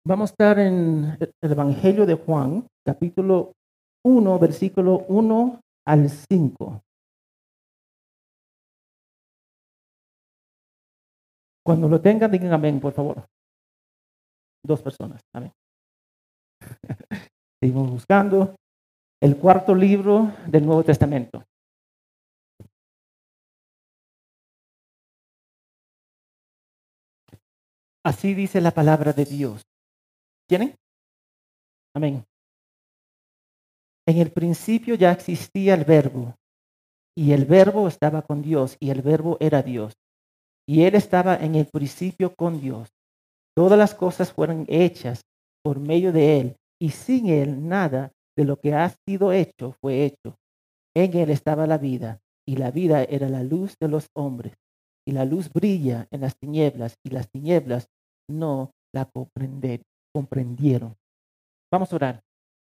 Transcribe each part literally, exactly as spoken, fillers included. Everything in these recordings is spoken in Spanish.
Vamos a estar en el Evangelio de Juan, capítulo uno, versículo uno al cinco. Cuando lo tengan, digan amén, por favor. Dos personas, amén. Seguimos buscando el cuarto libro del Nuevo Testamento. Así dice la palabra de Dios. ¿Tienen? Amén. En el principio ya existía el verbo, y el verbo estaba con Dios, y el verbo era Dios. Y él estaba en el principio con Dios. Todas las cosas fueron hechas por medio de él, y sin él nada de lo que ha sido hecho fue hecho. En él estaba la vida, y la vida era la luz de los hombres. Y la luz brilla en las tinieblas, y las tinieblas no la comprender- comprendieron. Vamos a orar.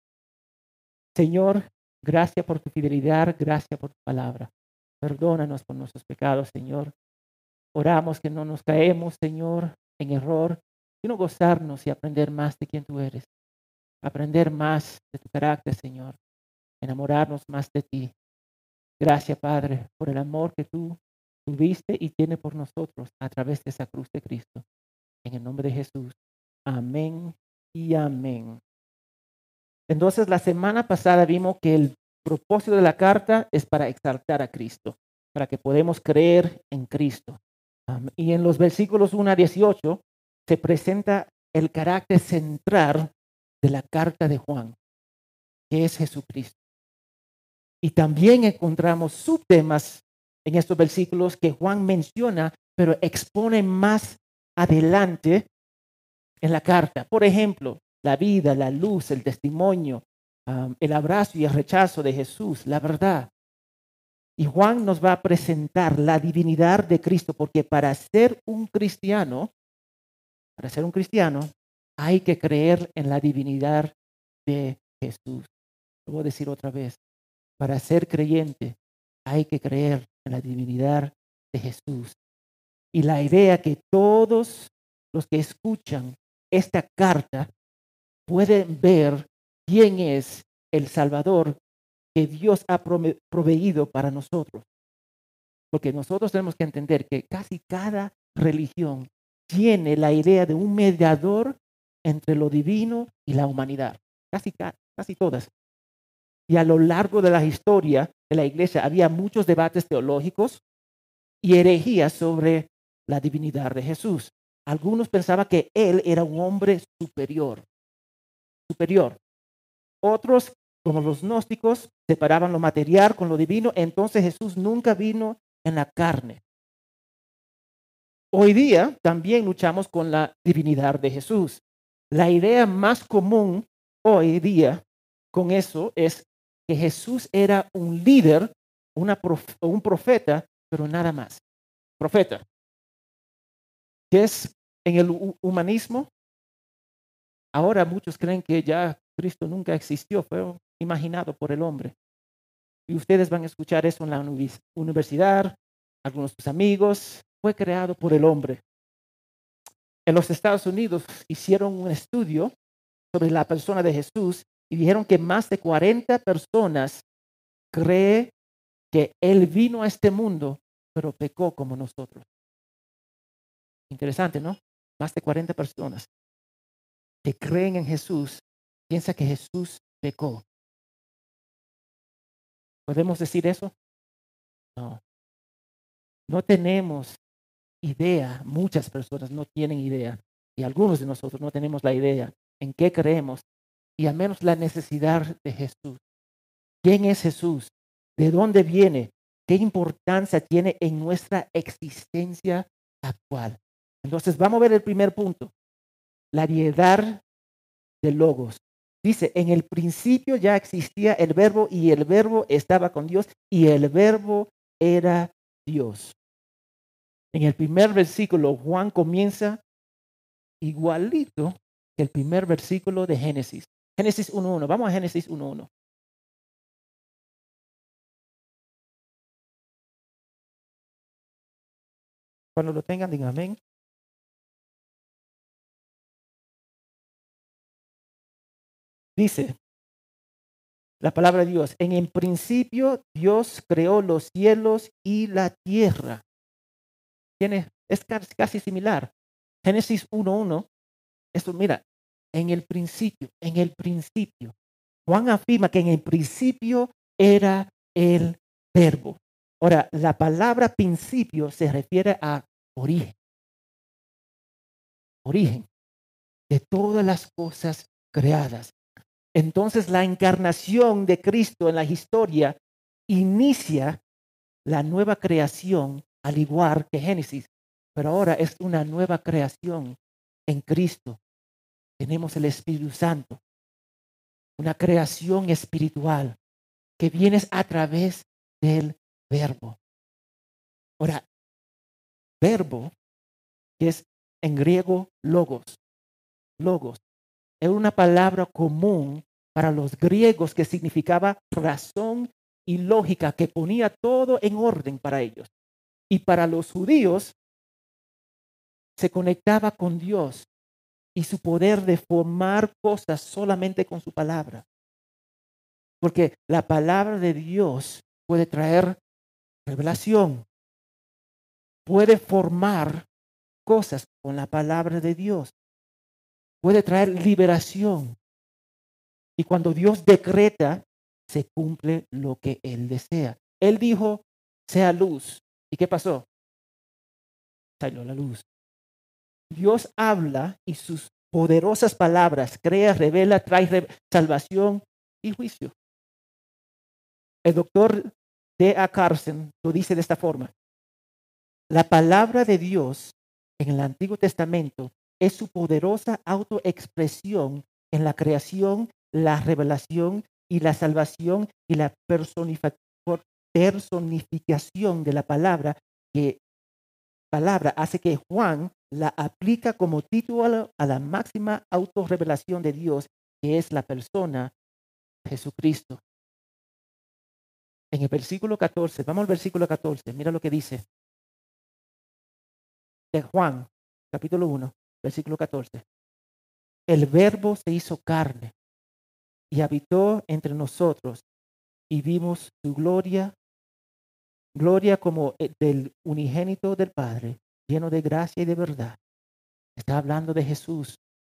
Señor, gracias por tu fidelidad, gracias por tu palabra. Perdónanos por nuestros pecados, Señor. Oramos que no nos caemos, Señor, en error, sino gozarnos y aprender más de quién tú eres. Aprender más de tu carácter, Señor. Enamorarnos más de ti. Gracias, Padre, por el amor que tú tuviste y tienes por nosotros a través de esa cruz de Cristo. En el nombre de Jesús. Amén y amén. Entonces, la semana pasada vimos que el propósito de la carta es para exaltar a Cristo, para que podamos creer en Cristo. Um, y en los versículos uno a dieciocho se presenta el carácter central de la carta de Juan, que es Jesucristo. Y también encontramos subtemas en estos versículos que Juan menciona, pero expone más adelante en la carta. Por ejemplo, la vida, la luz, el testimonio, um, el abrazo y el rechazo de Jesús, la verdad. Y Juan nos va a presentar la divinidad de Cristo, porque para ser un cristiano, para ser un cristiano, hay que creer en la divinidad de Jesús. Lo voy a decir otra vez. Para ser creyente, hay que creer en la divinidad de Jesús. Y la idea que todos los que escuchan esta carta pueden ver quién es el Salvador que Dios ha proveído para nosotros. Porque nosotros tenemos que entender que casi cada religión tiene la idea de un mediador entre lo divino y la humanidad. Casi, casi todas. Y a lo largo de la historia de la iglesia había muchos debates teológicos y herejías sobre la divinidad de Jesús. Algunos pensaban que él era un hombre superior, superior. Otros, como los gnósticos, separaban lo material con lo divino. Entonces Jesús nunca vino en la carne. Hoy día también luchamos con la divinidad de Jesús. La idea más común hoy día con eso es que Jesús era un líder, una prof- un profeta, pero nada más. Profeta, que es en el hu- humanismo. Ahora muchos creen que ya Cristo nunca existió, fue imaginado por el hombre. Y ustedes van a escuchar eso en la universidad, algunos de sus amigos, fue creado por el hombre. En los Estados Unidos hicieron un estudio sobre la persona de Jesús y dijeron que más de cuarenta personas creen que Él vino a este mundo, pero pecó como nosotros. Interesante, ¿no? Más de cuarenta personas que creen en Jesús, piensan que Jesús pecó. ¿Podemos decir eso? No. No tenemos idea, muchas personas no tienen idea, y algunos de nosotros no tenemos la idea en qué creemos, y al menos la necesidad de Jesús. ¿Quién es Jesús? ¿De dónde viene? ¿Qué importancia tiene en nuestra existencia actual? Entonces, vamos a ver el primer punto, la diedad de Logos. Dice, en el principio ya existía el verbo y el verbo estaba con Dios y el verbo era Dios. En el primer versículo, Juan comienza igualito que el primer versículo de Génesis. Génesis uno uno. Vamos a Génesis uno uno. Cuando lo tengan, digan amén. Dice la palabra de Dios, en el principio Dios creó los cielos y la tierra. Tiene, es casi, casi similar. Génesis uno uno, esto mira, en el principio, en el principio. Juan afirma que en el principio era el verbo. Ahora, la palabra principio se refiere a origen. Origen de todas las cosas creadas. Entonces, la encarnación de Cristo en la historia inicia la nueva creación, al igual que Génesis. Pero ahora es una nueva creación en Cristo. Tenemos el Espíritu Santo, una creación espiritual que viene a través del verbo. Ahora, verbo, que es en griego logos. Logos es una palabra común para los griegos que significaba razón y lógica, que ponía todo en orden para ellos. Y para los judíos se conectaba con Dios y su poder de formar cosas solamente con su palabra. Porque la palabra de Dios puede traer revelación, puede formar cosas con la palabra de Dios, puede traer liberación. Y cuando Dios decreta, se cumple lo que Él desea. Él dijo, sea luz. ¿Y qué pasó? Salió la luz. Dios habla y sus poderosas palabras crea, revela, trae re- salvación y juicio. El doctor D A Carson lo dice de esta forma. La palabra de Dios en el Antiguo Testamento es su poderosa autoexpresión en la creación, la revelación y la salvación y la personifa- personificación de la palabra, que palabra hace que Juan la aplica como título a la, a la máxima autorrevelación de Dios, que es la persona Jesucristo. En el versículo catorce, vamos al versículo catorce, mira lo que dice de Juan, capítulo uno, versículo catorce. El verbo se hizo carne y habitó entre nosotros y vimos su gloria, gloria como del unigénito del Padre, lleno de gracia y de verdad. Está hablando de Jesús.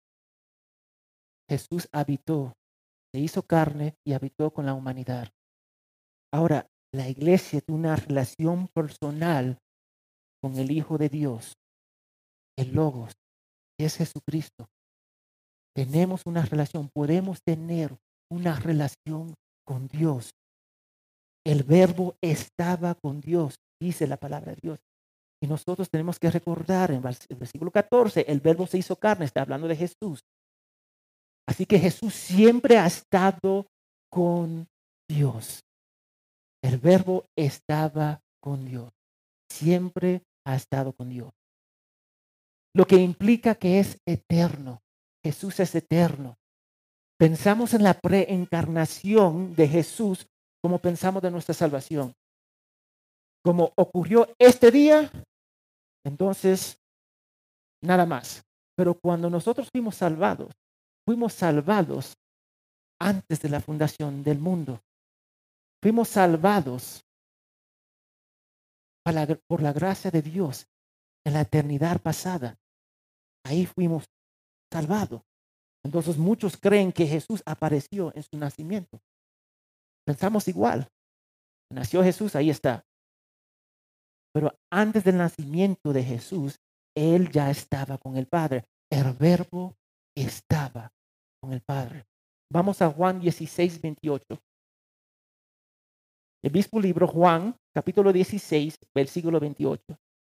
Jesús habitó, se hizo carne y habitó con la humanidad. Ahora, la iglesia tiene una relación personal con el Hijo de Dios, el Logos, que es Jesucristo. Tenemos una relación, podemos tener una relación con Dios. El verbo estaba con Dios, dice la palabra de Dios. Y nosotros tenemos que recordar en el versículo catorce, el verbo se hizo carne, está hablando de Jesús. Así que Jesús siempre ha estado con Dios. El verbo estaba con Dios. Siempre ha estado con Dios. Lo que implica que es eterno. Jesús es eterno. Pensamos en la preencarnación de Jesús como pensamos de nuestra salvación. Como ocurrió este día, entonces nada más. Pero cuando nosotros fuimos salvados, fuimos salvados antes de la fundación del mundo. Fuimos salvados por la, por la gracia de Dios en la eternidad pasada. Ahí fuimos salvados. Entonces muchos creen que Jesús apareció en su nacimiento. Pensamos igual. Nació Jesús, ahí está. Pero antes del nacimiento de Jesús, Él ya estaba con el Padre. El verbo estaba con el Padre. Vamos a Juan dieciséis, veintiocho. El mismo libro, Juan, capítulo dieciséis, versículo veintiocho.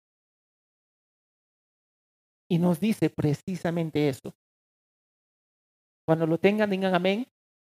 Y nos dice precisamente eso. Cuando lo tengan, digan amén.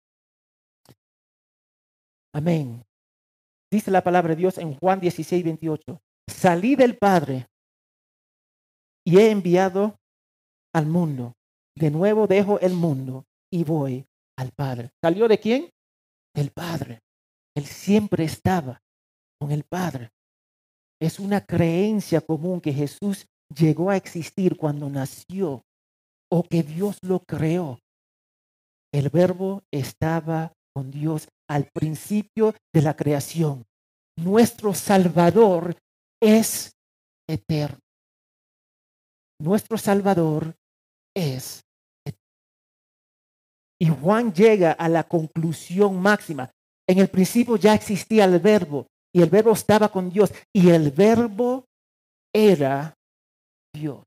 Amén. Dice la palabra de Dios en Juan dieciséis, veintiocho. Salí del Padre y he enviado al mundo. De nuevo dejo el mundo y voy al Padre. ¿Salió de quién? Del Padre. Él siempre estaba con el Padre. Es una creencia común que Jesús llegó a existir cuando nació o que Dios lo creó. El verbo estaba con Dios al principio de la creación. Nuestro Salvador es eterno. Nuestro Salvador es eterno. Y Juan llega a la conclusión máxima. En el principio ya existía el verbo y el verbo estaba con Dios y el verbo era Dios.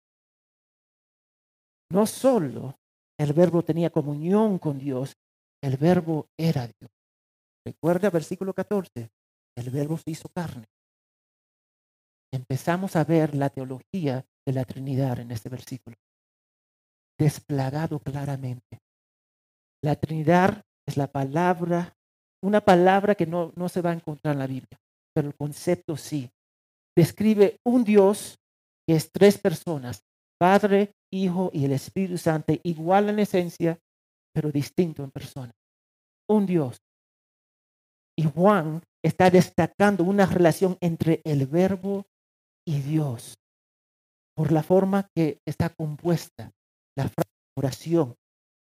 No solo el verbo tenía comunión con Dios, el verbo era Dios. Recuerda versículo catorce, el verbo se hizo carne. Empezamos a ver la teología de la Trinidad en este versículo, desplegado claramente. La Trinidad es la palabra, una palabra que no, no se va a encontrar en la Biblia, pero el concepto sí. Describe un Dios que es tres personas, Padre, Hijo y el Espíritu Santo, igual en esencia, pero distinto en persona. Un Dios. Y Juan está destacando una relación entre el verbo y Dios por la forma que está compuesta, la oración.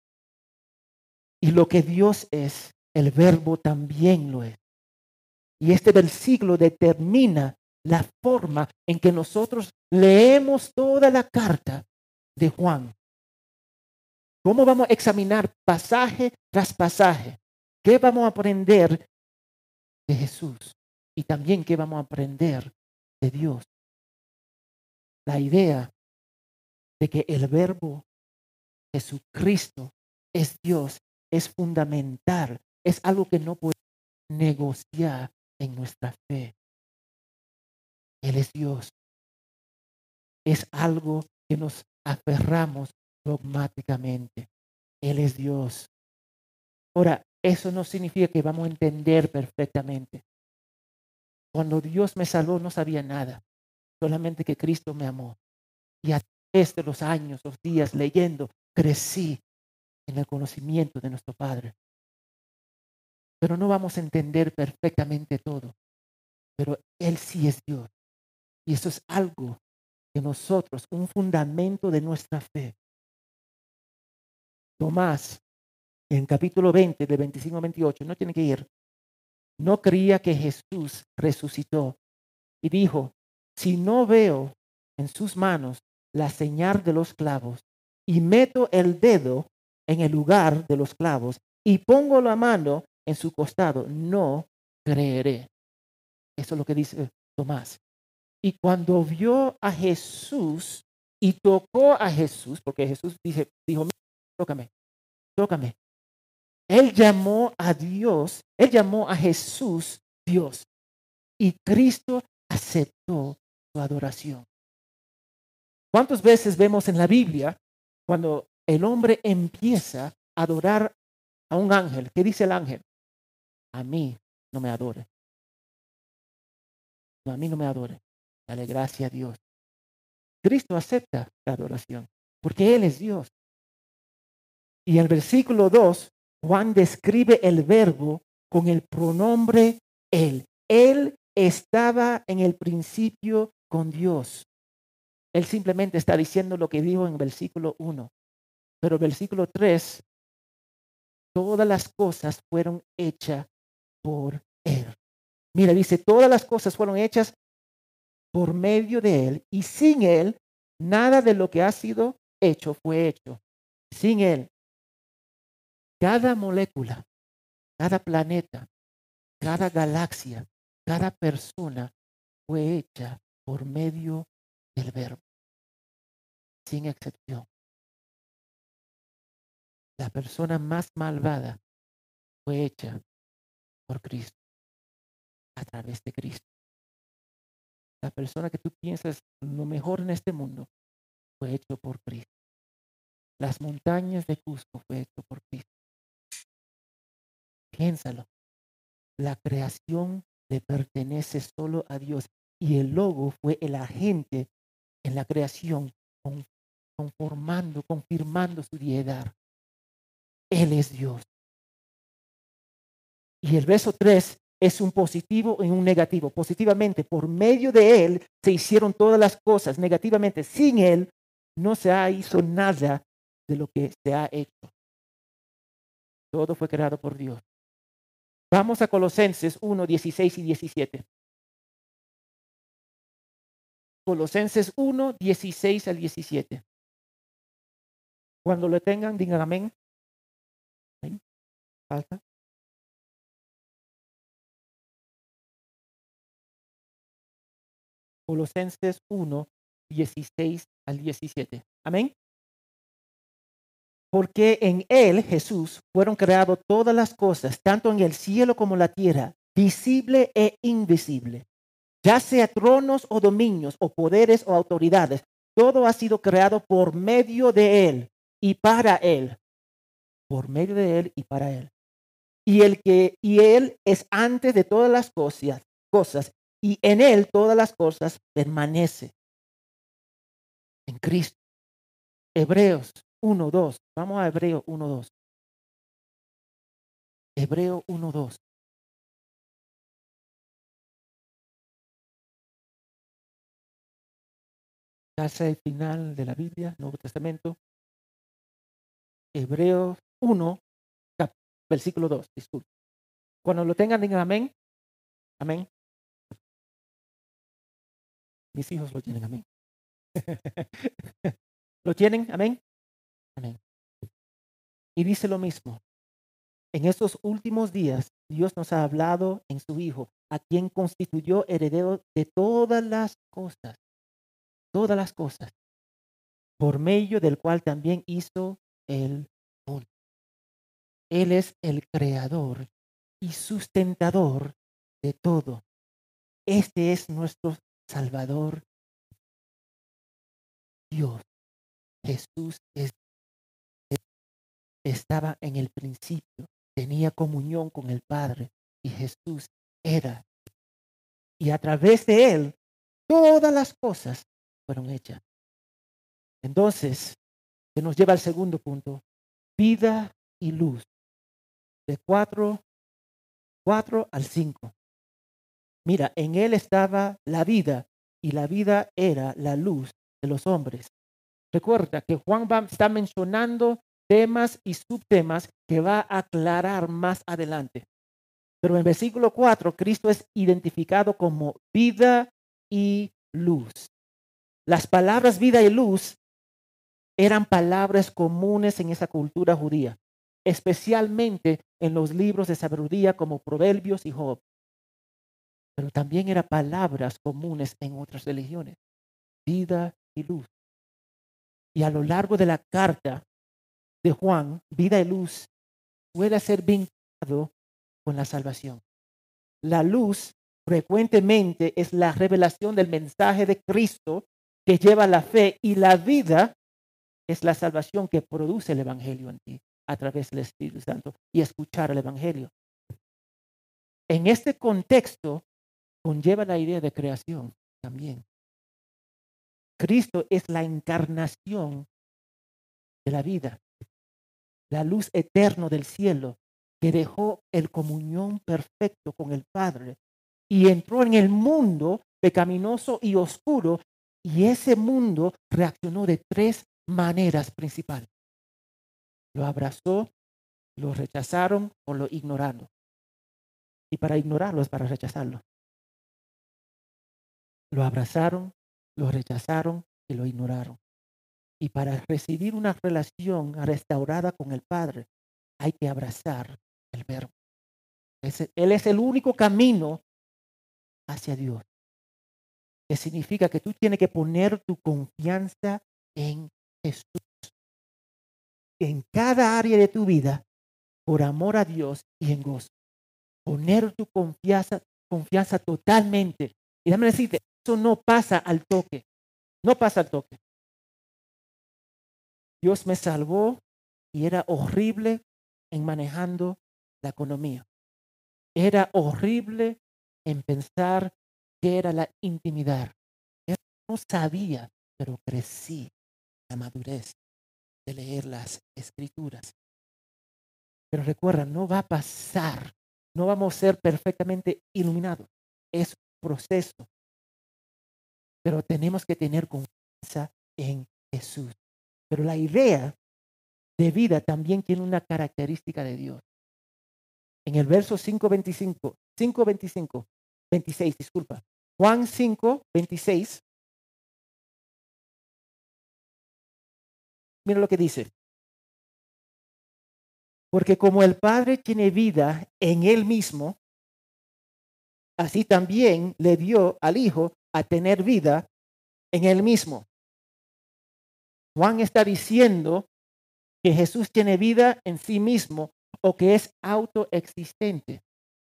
Y lo que Dios es, el verbo también lo es. Y este versículo determina la forma en que nosotros leemos toda la carta de Juan. ¿Cómo vamos a examinar pasaje tras pasaje? ¿Qué vamos a aprender de Jesús? Y también qué vamos a aprender de Dios. La idea de que el verbo Jesucristo es Dios es fundamental. Es algo que no podemos negociar en nuestra fe. Él es Dios. Es algo que nos aferramos dogmáticamente. Él es Dios. Ahora, eso no significa que vamos a entender perfectamente. Cuando Dios me salvó no sabía nada, solamente que Cristo me amó. Y a través de los años, los días leyendo, crecí en el conocimiento de nuestro Padre. Pero no vamos a entender perfectamente todo. Pero Él sí es Dios. Y eso es algo que nosotros, un fundamento de nuestra fe. Tomás, en capítulo veinte, de veinticinco a veintiocho, no tiene que ir, no creía que Jesús resucitó. Y dijo, si no veo en sus manos la señal de los clavos y meto el dedo en el lugar de los clavos y pongo la mano en su costado, no creeré. Eso es lo que dice Tomás. Y cuando vio a Jesús y tocó a Jesús, porque Jesús dice, dijo, tócame, tócame. Él llamó a Dios, él llamó a Jesús Dios. Y Cristo aceptó su adoración. ¿Cuántas veces vemos en la Biblia cuando el hombre empieza a adorar a un ángel? ¿Qué dice el ángel? A mí no me adore. No, a mí no me adore. Dale gracias a Dios. Cristo acepta la adoración porque Él es Dios. Y en el versículo dos, Juan describe el verbo con el pronombre Él. Él estaba en el principio con Dios. Él simplemente está diciendo lo que dijo en versículo uno. Pero versículo tres, todas las cosas fueron hechas por Él. Mira, dice, todas las cosas fueron hechas por medio de Él. Y sin Él, nada de lo que ha sido hecho fue hecho. Sin Él, cada molécula, cada planeta, cada galaxia, cada persona fue hecha por medio del verbo. Sin excepción. La persona más malvada fue hecha por Cristo, a través de Cristo. La persona que tú piensas lo mejor en este mundo fue hecho por Cristo. Las montañas de Cusco fue hecho por Cristo. Piénsalo. La creación le pertenece solo a Dios y el logo fue el agente en la creación, conformando, confirmando su deidad. Él es Dios. Y el verso tres es un positivo y un negativo. Positivamente, por medio de Él se hicieron todas las cosas. Negativamente, sin Él no se ha hizo nada de lo que se ha hecho. Todo fue creado por Dios. Vamos a Colosenses uno, dieciséis y diecisiete. Colosenses uno, dieciséis al diecisiete. Cuando lo tengan, digan amén. Amén. Falta. Colosenses uno, dieciséis al diecisiete. Amén. Porque en él, Jesús, fueron creadas todas las cosas, tanto en el cielo como en la tierra, visible e invisible. Ya sea tronos o dominios o poderes o autoridades, todo ha sido creado por medio de él y para él. Por medio de él y para él. Y el que y él es antes de todas las cosas, cosas y en él todas las cosas permanece. En Cristo. Hebreos uno, dos. Vamos a Hebreos uno, dos. Hebreo uno, dos. Casi el final de la Biblia, Nuevo Testamento. Hebreos uno, cap- versículo dos. Disculpe. Cuando lo tengan, digan amén. Amén. Mis hijos lo tienen, amén. ¿Lo tienen? Amén. Amén. Y dice lo mismo. En estos últimos días, Dios nos ha hablado en su Hijo, a quien constituyó heredero de todas las cosas, todas las cosas, por medio del cual también hizo el mundo. Él es el creador y sustentador de todo. Este es nuestro Salvador, Dios. Jesús es, estaba en el principio, tenía comunión con el Padre y Jesús era. Y a través de él, todas las cosas fueron hechas. Entonces, se nos lleva al segundo punto, vida y luz, de cuatro, cuatro al cinco. Mira, en él estaba la vida y la vida era la luz de los hombres. Recuerda que Juan va, está mencionando temas y subtemas que va a aclarar más adelante. Pero en versículo cuatro, Cristo es identificado como vida y luz. Las palabras vida y luz eran palabras comunes en esa cultura judía, especialmente en los libros de sabiduría como Proverbios y Job. Pero también eran palabras comunes en otras religiones, vida y luz. Y a lo largo de la carta de Juan, vida y luz puede ser vinculado con la salvación. La luz frecuentemente es la revelación del mensaje de Cristo que lleva la fe, y la vida es la salvación que produce el Evangelio en ti a través del Espíritu Santo y escuchar el Evangelio. En este contexto conlleva la idea de creación también. Cristo es la encarnación de la vida, la luz eterna del cielo que dejó el comunión perfecto con el Padre y entró en el mundo pecaminoso y oscuro, y ese mundo reaccionó de tres maneras principales. Lo abrazó, lo rechazaron o lo ignoraron. Y para ignorarlo es para rechazarlo. Lo abrazaron, lo rechazaron y lo ignoraron. Y para recibir una relación restaurada con el Padre, hay que abrazar el Verbo. Ese, él es el único camino hacia Dios. Que significa que tú tienes que poner tu confianza en Jesús. En cada área de tu vida, por amor a Dios y en gozo. Poner tu confianza, confianza totalmente. Y déjame decirte, eso no pasa al toque. No pasa al toque. Dios me salvó y era horrible en manejando la economía. Era horrible en pensar que era la intimidad. Yo no sabía, pero crecí la madurez de leer las escrituras. Pero recuerda, no va a pasar. No vamos a ser perfectamente iluminados. Es un proceso. Pero tenemos que tener confianza en Jesús. Pero la idea de vida también tiene una característica de Dios. En el verso cinco veinticinco, cinco veinticinco, veintiséis, disculpa. Juan cinco veintiséis. Mira lo que dice. Porque como el Padre tiene vida en él mismo, así también le dio al Hijo a tener vida en él mismo. Juan está diciendo que Jesús tiene vida en sí mismo o que es autoexistente.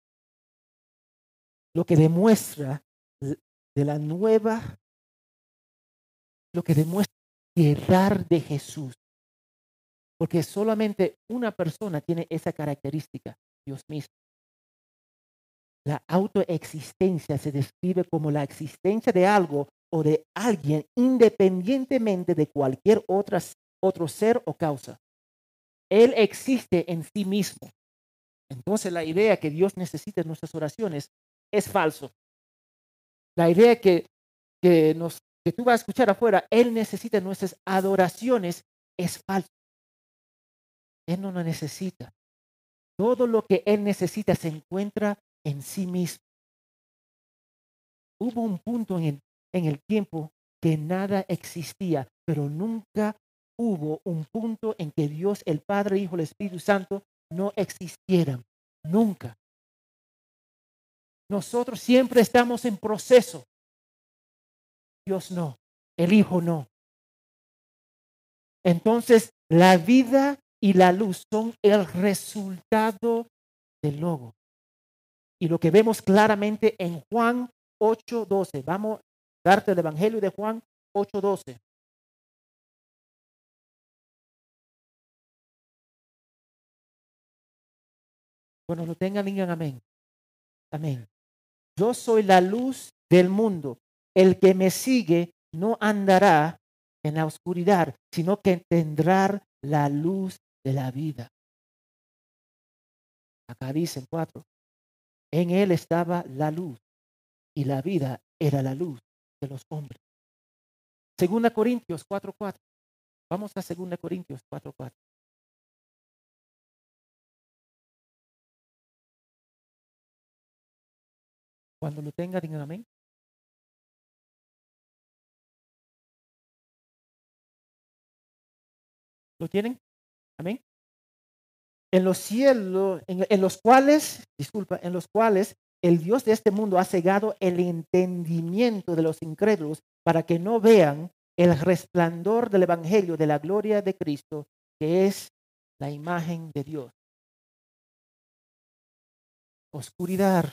Lo que demuestra de la nueva, lo que demuestra la piedad de Jesús. Porque solamente una persona tiene esa característica, Dios mismo. La autoexistencia se describe como la existencia de algo o de alguien independientemente de cualquier otra, otro ser o causa. Él existe en sí mismo. Entonces la idea que Dios necesita en nuestras oraciones es falso. La idea que, que, nos, que tú vas a escuchar afuera, Él necesita nuestras adoraciones, es falso. Él no lo necesita. Todo lo que Él necesita se encuentra en sí mismo. Hubo un punto en el, en el tiempo que nada existía, pero nunca hubo un punto en que Dios, el Padre, Hijo, el Espíritu Santo no existieran. Nunca. Nosotros siempre estamos en proceso. Dios no. El Hijo no. Entonces, la vida y la luz son el resultado del Logo. Y lo que vemos claramente en Juan ocho doce. Vamos a darte el Evangelio de Juan ocho doce. Cuando lo tengan, digan amén. Amén. Yo soy la luz del mundo. El que me sigue no andará en la oscuridad, sino que tendrá la luz de la vida. Acá dicen cuatro. En él estaba la luz y la vida era la luz de los hombres. Segunda Corintios cuatro cuatro. Vamos a Segunda Corintios cuatro cuatro. Cuando lo tengan, digan amén. ¿Lo tienen? Amén. En los cielos, en, en los cuales, disculpa, en los cuales el Dios de este mundo ha cegado el entendimiento de los incrédulos para que no vean el resplandor del evangelio de la gloria de Cristo, que es la imagen de Dios. Oscuridad.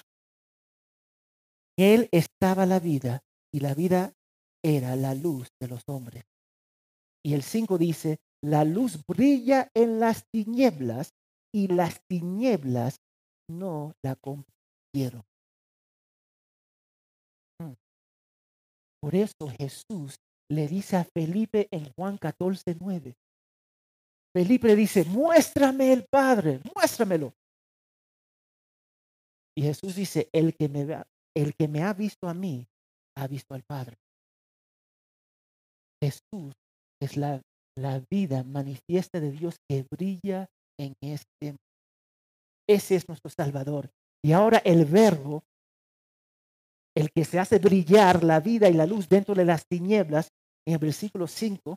En él estaba la vida y la vida era la luz de los hombres. Y el cinco dice, la luz brilla en las tinieblas y las tinieblas no la comprendieron. Por eso Jesús le dice a Felipe en Juan catorce nueve. Felipe le dice, muéstrame el Padre, muéstramelo. Y Jesús dice, el que me, va, el que me ha visto a mí, ha visto al Padre. Jesús es la, la vida manifiesta de Dios que brilla en este mundo. Ese es nuestro Salvador. Y ahora el verbo, el que se hace brillar la vida y la luz dentro de las tinieblas, en el versículo cinco,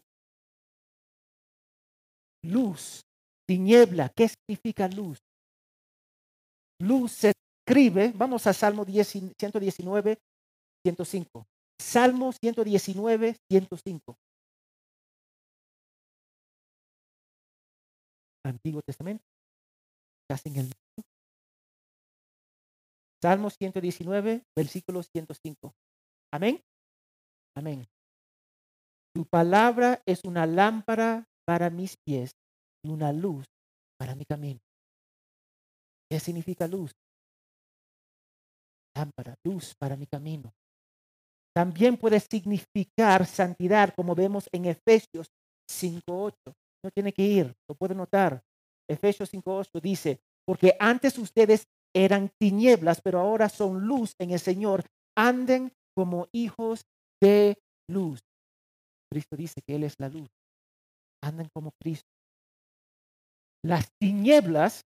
luz, tiniebla, ¿qué significa luz? Luz se escribe, vamos a Salmo ciento diecinueve, ciento cinco. Salmo ciento diecinueve, ciento cinco. Antiguo Testamento, casi en el Salmo ciento diecinueve, versículo ciento cinco. Amén. Amén. Tu palabra es una lámpara para mis pies y una luz para mi camino. ¿Qué significa luz? Lámpara, luz para mi camino. También puede significar santidad, como vemos en Efesios cinco ocho. No tiene que ir, lo puede notar. Efesios cinco ocho dice, porque antes ustedes eran tinieblas, pero ahora son luz en el Señor. Anden como hijos de luz. Cristo dice que Él es la luz. Anden como Cristo. Las tinieblas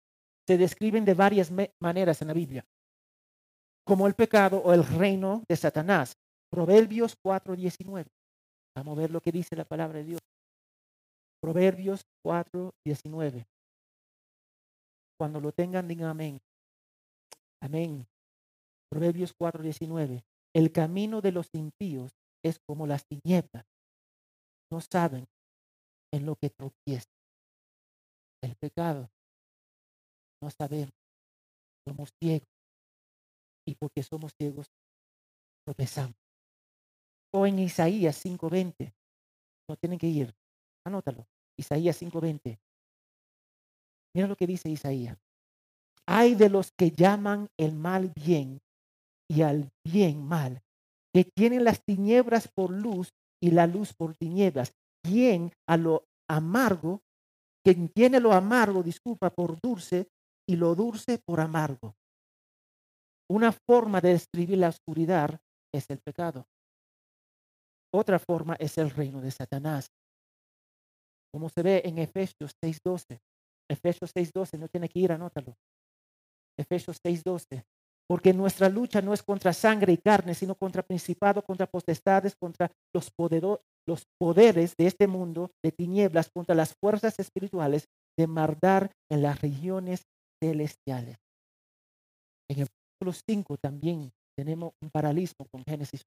se describen de varias maneras en la Biblia, como el pecado o el reino de Satanás. Proverbios cuatro diecinueve. Vamos a ver lo que dice la palabra de Dios. Proverbios cuatro diecinueve. Cuando lo tengan, digan amén. Amén. Proverbios cuatro diecinueve. El camino de los impíos es como las tinieblas. No saben en lo que tropiezan. El pecado. No sabemos. Somos ciegos. Y porque somos ciegos, tropezamos. O en Isaías cinco veinte. No tienen que ir. Anótalo. Isaías cinco veinte. Mira lo que dice Isaías. Hay de los que llaman el mal bien y al bien mal, que tienen las tinieblas por luz y la luz por tinieblas. Quien a lo amargo, quien tiene lo amargo, disculpa, por dulce y lo dulce por amargo. Una forma de describir la oscuridad es el pecado. Otra forma es el reino de Satanás. Como se ve en Efesios seis doce. Efesios seis doce, no tiene que ir, anótalo. Efesios seis doce. Porque nuestra lucha no es contra sangre y carne, sino contra principados, contra potestades, contra los, podero, los poderes de este mundo de tinieblas, contra las fuerzas espirituales de maldad en las regiones celestiales. En el versículo cinco también tenemos un paralelismo con Génesis.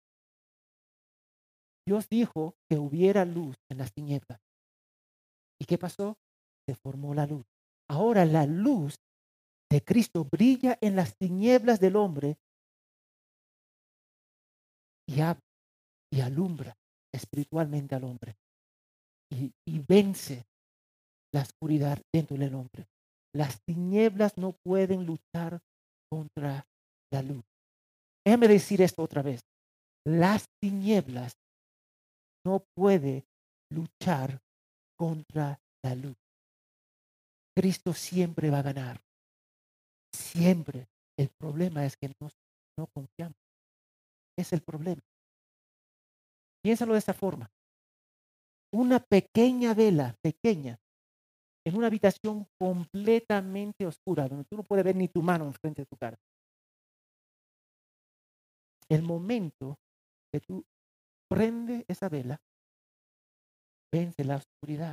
Dios dijo que hubiera luz en las tinieblas. ¿Y qué pasó? Se formó la luz. Ahora la luz de Cristo brilla en las tinieblas del hombre y, ab- y alumbra espiritualmente al hombre y, y vence la oscuridad dentro del hombre. Las tinieblas no pueden luchar contra la luz. Déjame decir esto otra vez. Las tinieblas no pueden luchar contra la luz. Cristo siempre va a ganar. Siempre. El problema es que no, no confiamos. Es el problema. Piénsalo de esta forma. Una pequeña vela, pequeña, en una habitación completamente oscura, donde tú no puedes ver ni tu mano enfrente de tu cara. El momento que tú prendes esa vela, vence la oscuridad.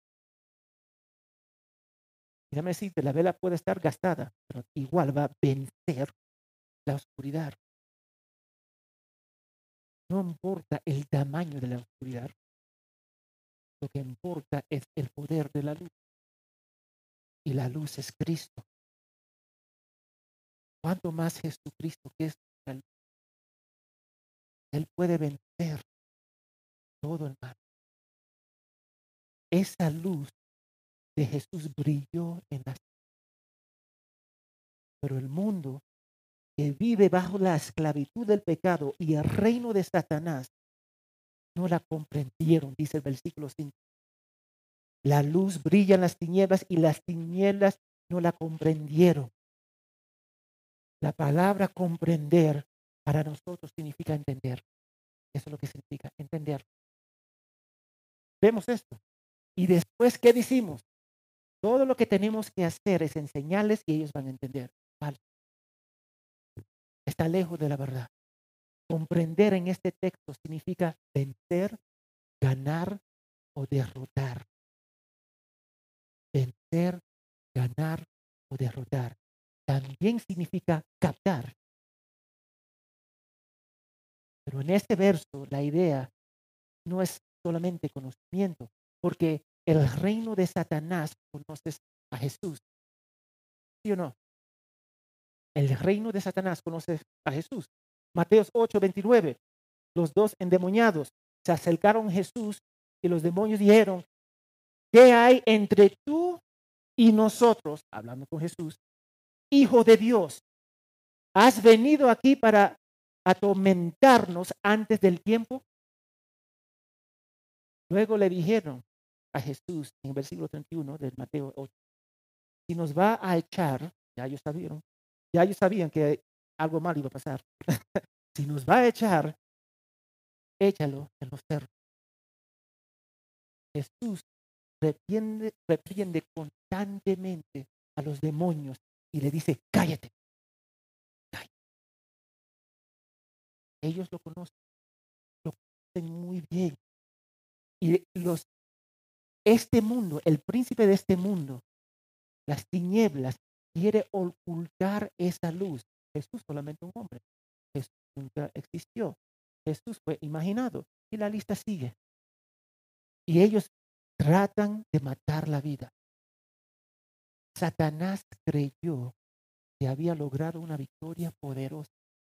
Y déjame decirte, la vela puede estar gastada, pero igual va a vencer la oscuridad. No importa el tamaño de la oscuridad, lo que importa es el poder de la luz. Y la luz es Cristo. ¿Cuánto más Jesucristo que es la luz? Él puede vencer todo el mal. Esa luz de Jesús brilló en las... Pero el mundo que vive bajo la esclavitud del pecado y el reino de Satanás no la comprendieron, dice el versículo cinco. La luz brilla en las tinieblas y las tinieblas no la comprendieron. La palabra comprender para nosotros significa entender. Eso es lo que significa entender. Vemos esto. Y después, ¿qué decimos? Todo lo que tenemos que hacer es enseñarles y ellos van a entender. Vale. Está lejos de la verdad. Comprender en este texto significa vencer, ganar o derrotar. Vencer, ganar o derrotar. También significa captar. Pero en este verso la idea no es solamente conocimiento, porque el reino de Satanás conoces a Jesús. ¿Sí o no? El reino de Satanás conoce a Jesús. Mateos ocho veintinueve. Los dos endemoniados se acercaron a Jesús y los demonios dijeron, ¿qué hay entre tú y nosotros? Hablando con Jesús, Hijo de Dios, ¿has venido aquí para atormentarnos antes del tiempo? Luego le dijeron a Jesús en el versículo treinta y uno de Mateo ocho, si nos va a echar, ya ellos sabían, ya ellos sabían que algo mal iba a pasar. Si nos va a echar, échalo en los cerros. Jesús reprende, reprende constantemente a los demonios y le dice, cállate, cállate. Ellos lo conocen, lo conocen muy bien. Y los, este mundo, el príncipe de este mundo, las tinieblas, quiere ocultar esa luz. Jesús solamente un hombre. Jesús nunca existió. Jesús fue imaginado. Y la lista sigue. Y ellos tratan de matar la vida. Satanás creyó que había logrado una victoria poderosa,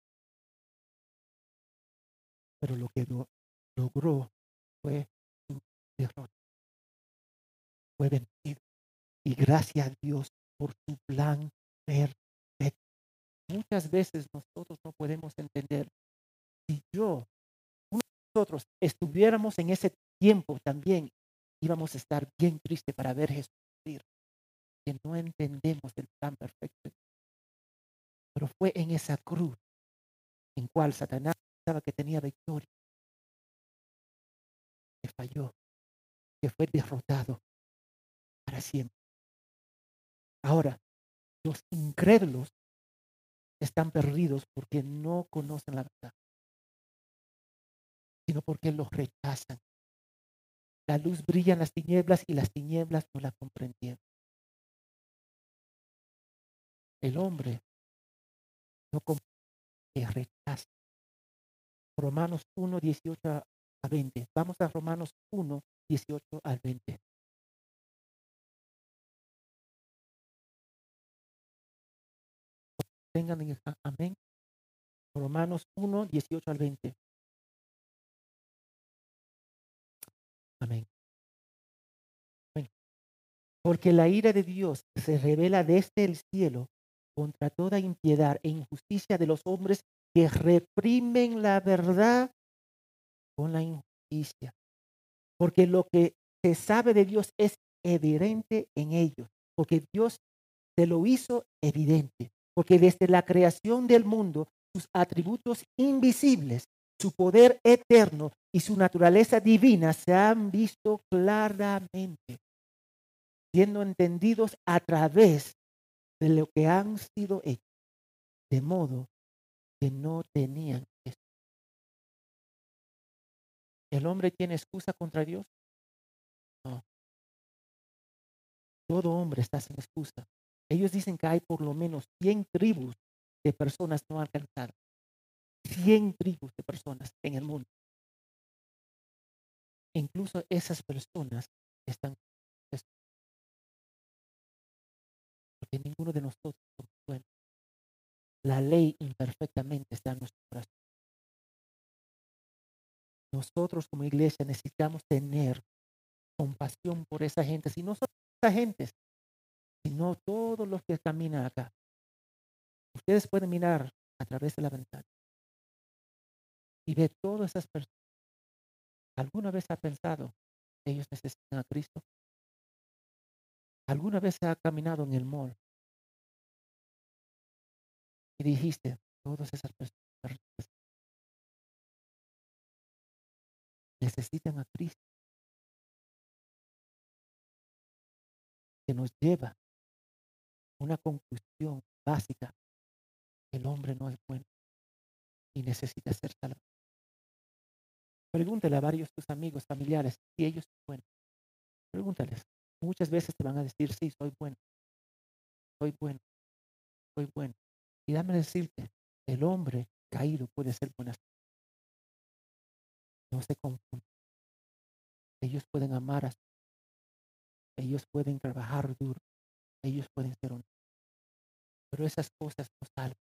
pero lo que lo, logró fue su derrota, fue vencido. Y gracias a Dios por su plan perfecto. Muchas veces nosotros no podemos entender. Si yo, uno de nosotros, estuviéramos en ese tiempo también, íbamos a estar bien tristes para ver Jesús sufrir, que no entendemos el plan perfecto. Pero fue en esa cruz en cual Satanás pensaba que tenía victoria, que falló, que fue derrotado para siempre. Ahora, los incrédulos están perdidos porque no conocen la verdad, sino porque los rechazan. La luz brilla en las tinieblas y las tinieblas no la comprendieron. El hombre no comprende, rechaza. Romanos uno, dieciocho a veinte. Vamos a Romanos uno, dieciocho al veinte. Tengan en el amén. Romanos uno, dieciocho al veinte. Amén. Amén. Porque la ira de Dios se revela desde el cielo contra toda impiedad e injusticia de los hombres que reprimen la verdad con la injusticia. Porque lo que se sabe de Dios es evidente en ellos, porque Dios se lo hizo evidente, porque desde la creación del mundo, sus atributos invisibles, su poder eterno y su naturaleza divina se han visto claramente, siendo entendidos a través de lo que han sido hechos, de modo que no tenían excusa. ¿El hombre tiene excusa contra Dios? No. Todo hombre está sin excusa. Ellos dicen que hay por lo menos cien tribus de personas no alcanzadas. cien tribus de personas en el mundo. E incluso esas personas están porque ninguno de nosotros somos buenos. La ley imperfectamente está en nuestro corazón. Nosotros como iglesia necesitamos tener compasión por esa gente, si no son esa gente, sino todos los que caminan acá. Ustedes pueden mirar a través de la ventana y ver todas esas personas. ¿Alguna vez ha pensado que ellos necesitan a Cristo? ¿Alguna vez ha caminado en el mall y dijiste, todas esas personas necesitan a Cristo? Que nos lleva a una conclusión básica: el hombre no es bueno y necesita ser salvado. Pregúntale a varios de tus amigos, familiares, si ellos son buenos. Pregúntales. Muchas veces te van a decir, sí, soy bueno, soy bueno, soy bueno. Y dame decirte, el hombre caído puede ser buena. No se confunde. Ellos pueden amar a ellos pueden trabajar duro, ellos pueden ser honestos. Pero esas cosas no salvan.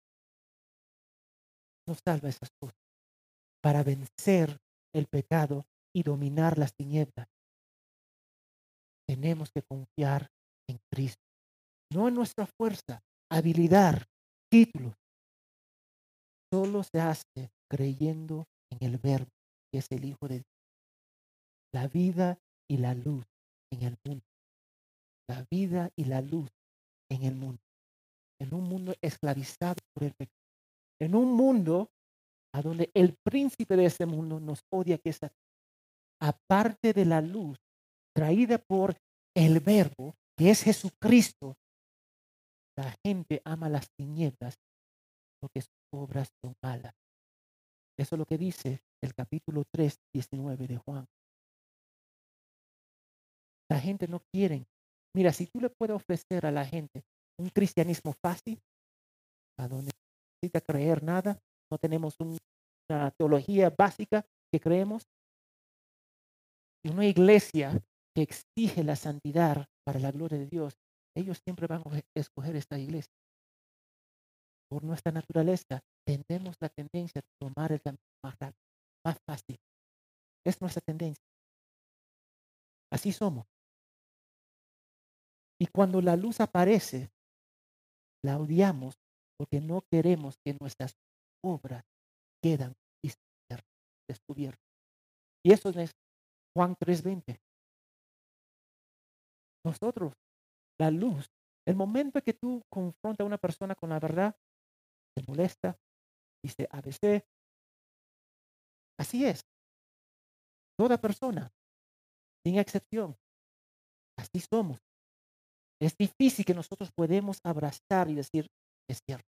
No salva esas cosas. Para vencer el pecado y dominar las tinieblas, tenemos que confiar en Cristo. No en nuestra fuerza, habilidad, títulos. Solo se hace creyendo en el Verbo, que es el Hijo de Dios. La vida y la luz en el mundo. La vida y la luz en el mundo. En un mundo esclavizado por el pecado. En un mundo a donde el príncipe de ese mundo nos odia, que es aparte de la luz traída por el Verbo, que es Jesucristo, La gente ama las tinieblas porque sus obras son malas. Eso es lo que dice el capítulo tres, diecinueve de Juan. La gente no quiere. Mira, si tú le puedes ofrecer a la gente un cristianismo fácil, a donde no necesita creer nada, no tenemos un- una teología básica que creemos, y una iglesia que exige la santidad para la gloria de Dios, ellos siempre van a escoger esta iglesia. Por nuestra naturaleza, tenemos la tendencia a tomar el camino más rápido, más fácil. Es nuestra tendencia. Así somos. Y cuando la luz aparece, la odiamos porque no queremos que nuestras obras quedan descubiertas. Y eso es Juan tres veinte. Nosotros, la luz, el momento que tú confrontas a una persona con la verdad, te molesta, dice A B C. Así es. Toda persona, sin excepción. Así somos. Es difícil que nosotros podemos abrazar y decir, es cierto.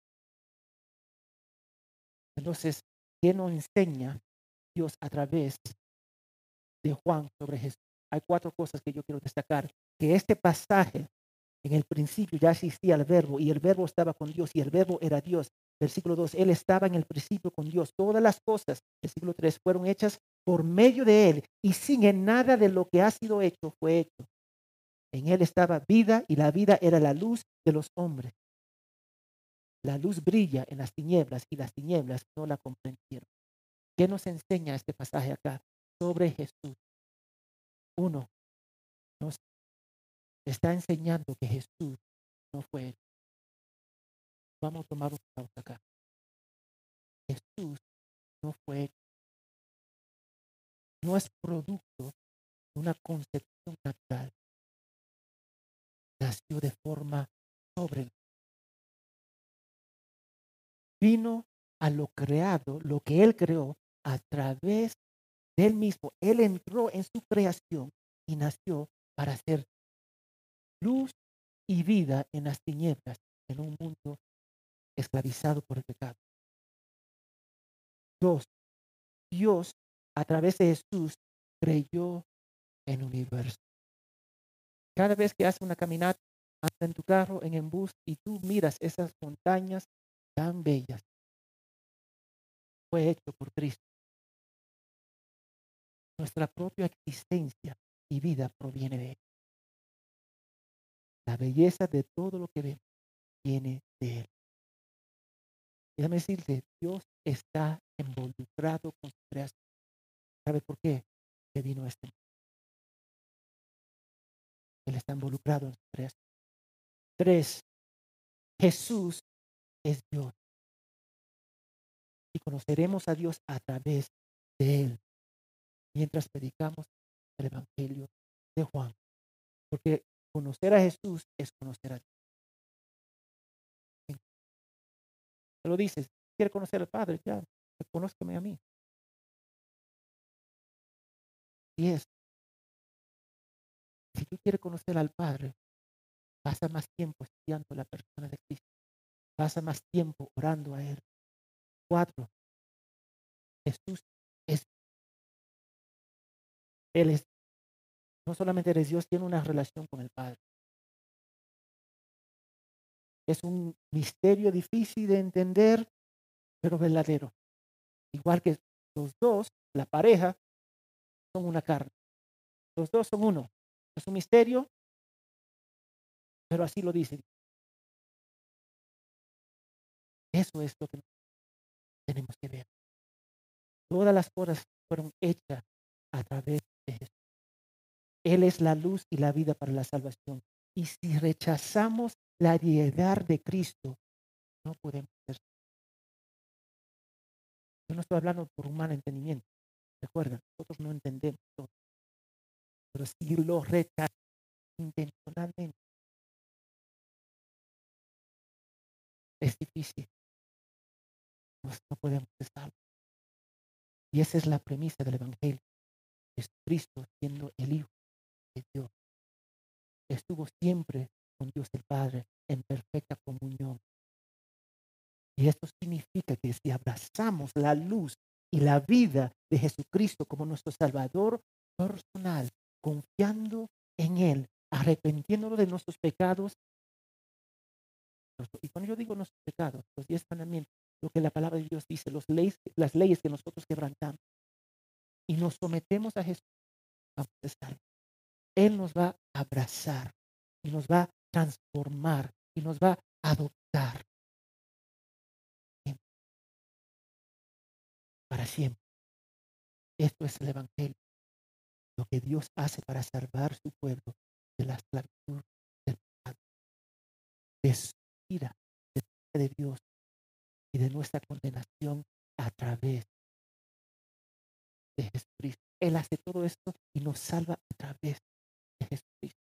Entonces, ¿qué nos enseña Dios a través de Juan sobre Jesús? Hay cuatro cosas que yo quiero destacar. Que este pasaje, en el principio ya existía el verbo y el verbo estaba con Dios y el verbo era Dios. Versículo dos, Él estaba en el principio con Dios. Todas las cosas, versículo tres, fueron hechas por medio de Él y sin él nada de lo que ha sido hecho fue hecho. En Él estaba vida y la vida era la luz de los hombres. La luz brilla en las tinieblas y las tinieblas no la comprendieron. ¿Qué nos enseña este pasaje acá sobre Jesús? Uno, nos está enseñando que Jesús no fue hecho. Vamos a tomar un pausa acá. Jesús no fue hecho. No es producto de una concepción natural. Nació de forma sobre. Vino a lo creado, lo que Él creó a través de Él mismo. Él entró en su creación y nació para ser luz y vida en las tinieblas, en un mundo esclavizado por el pecado. Dos, Dios a través de Jesús creyó en el universo. Cada vez que haces una caminata, anda en tu carro, en el bus y tú miras esas montañas tan bellas, fue hecho por Cristo. Nuestra propia existencia y vida proviene de Él. La belleza de todo lo que vemos viene de Él. Déjame decirte, Dios está involucrado con su creación. ¿Sabe por qué? Que vino este. Él está involucrado en su creación. Tres, Jesús es Dios. Y conoceremos a Dios a través de Él, mientras predicamos el Evangelio de Juan. Porque conocer a Jesús es conocer a Dios. Te lo dices, quiere conocer al Padre, ya, conózcame a mí. Y es, si tú quieres conocer al Padre, pasa más tiempo estudiando la persona de Cristo. Pasa más tiempo orando a Él. Cuatro, Jesús es, Él es, no solamente eres Dios, tiene una relación con el Padre. Es un misterio difícil de entender, pero verdadero. Igual que los dos, la pareja, son una carne. Los dos son uno. Es un misterio, pero así lo dice. Eso es lo que tenemos que ver. Todas las cosas fueron hechas a través de Jesús. Él es la luz y la vida para la salvación. Y si rechazamos la deidad de Cristo, no podemos ser. Yo no estoy hablando por un mal entendimiento. Recuerda, nosotros no entendemos todo. Pero si lo rechazamos intencionalmente, es difícil. Pues no podemos estar. Y esa es la premisa del Evangelio. Jesucristo siendo el Hijo de Dios. Estuvo siempre con Dios el Padre en perfecta comunión. Y esto significa que si abrazamos la luz y la vida de Jesucristo como nuestro Salvador personal, confiando en Él, arrepintiéndonos de nuestros pecados, y cuando yo digo nuestros pecados, los diez mandamientos, lo que la palabra de Dios dice, los leyes, las leyes que nosotros quebrantamos, y nos sometemos a Jesús, vamos a estar. Él nos va a abrazar y nos va a transformar y nos va a adoptar para siempre. Esto es el Evangelio, lo que Dios hace para salvar su pueblo de la esclavitud del pecado, de su ira, de, de Dios y de nuestra condenación a través de Jesucristo. Él hace todo esto y nos salva a través de Jesucristo.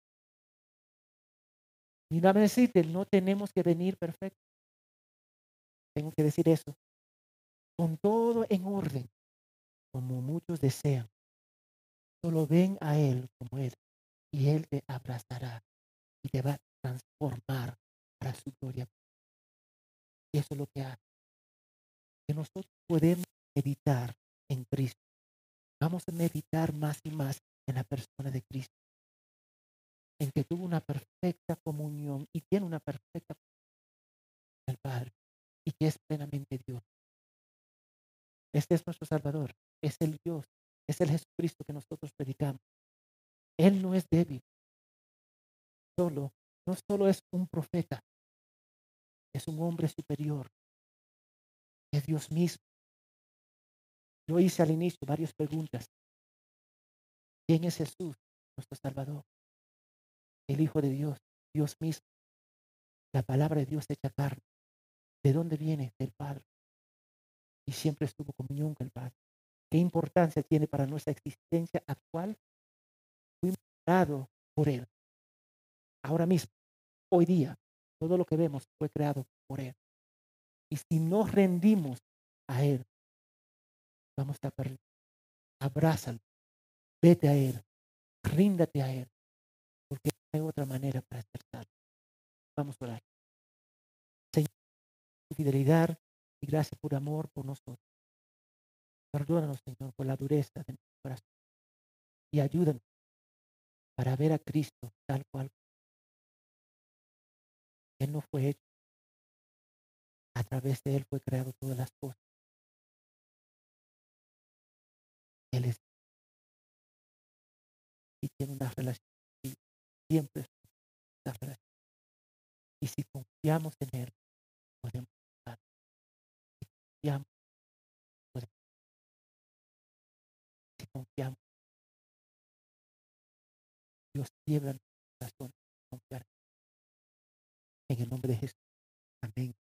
Y no me decirte, no tenemos que venir perfectos. Tengo que decir eso. Con todo en orden, como muchos desean. Solo ven a Él como Él y Él te abrazará y te va a transformar para su gloria. Y eso es lo que hace. Que nosotros podemos meditar en Cristo. Vamos a meditar más y más en la persona de Cristo, en que tuvo una perfecta comunión y tiene una perfecta comunión con el Padre y que es plenamente Dios. Este es nuestro Salvador, es el Dios, es el Jesucristo que nosotros predicamos. Él no es débil, solo, no solo es un profeta, es un hombre superior, es Dios mismo. Yo hice al inicio varias preguntas. ¿Quién es Jesús, nuestro Salvador? El Hijo de Dios, Dios mismo, la palabra de Dios hecha carne. ¿De dónde viene? Del Padre. Y siempre estuvo en comunión con el Padre. ¿Qué importancia tiene para nuestra existencia actual? Fuimos creados por Él. Ahora mismo, hoy día, todo lo que vemos fue creado por Él. Y si nos rendimos a Él, vamos a perder. Abrázalo, vete a Él, ríndate a Él, porque no hay otra manera para ser salvo. Vamos a orar. Señor, tu fidelidad y gracias por amor por nosotros. Perdónanos, Señor, por la dureza de nuestro corazón y ayúdanos para ver a Cristo tal cual. Él no fue hecho. A través de Él fue creado todas las cosas. Él es y tiene una relación y siempre es una relación. Y si confiamos en Él, podemos estar. Si confiamos, podemos. Si confiamos, Dios quiebra nuestro corazón. Confiar en el nombre de Jesús. Amén.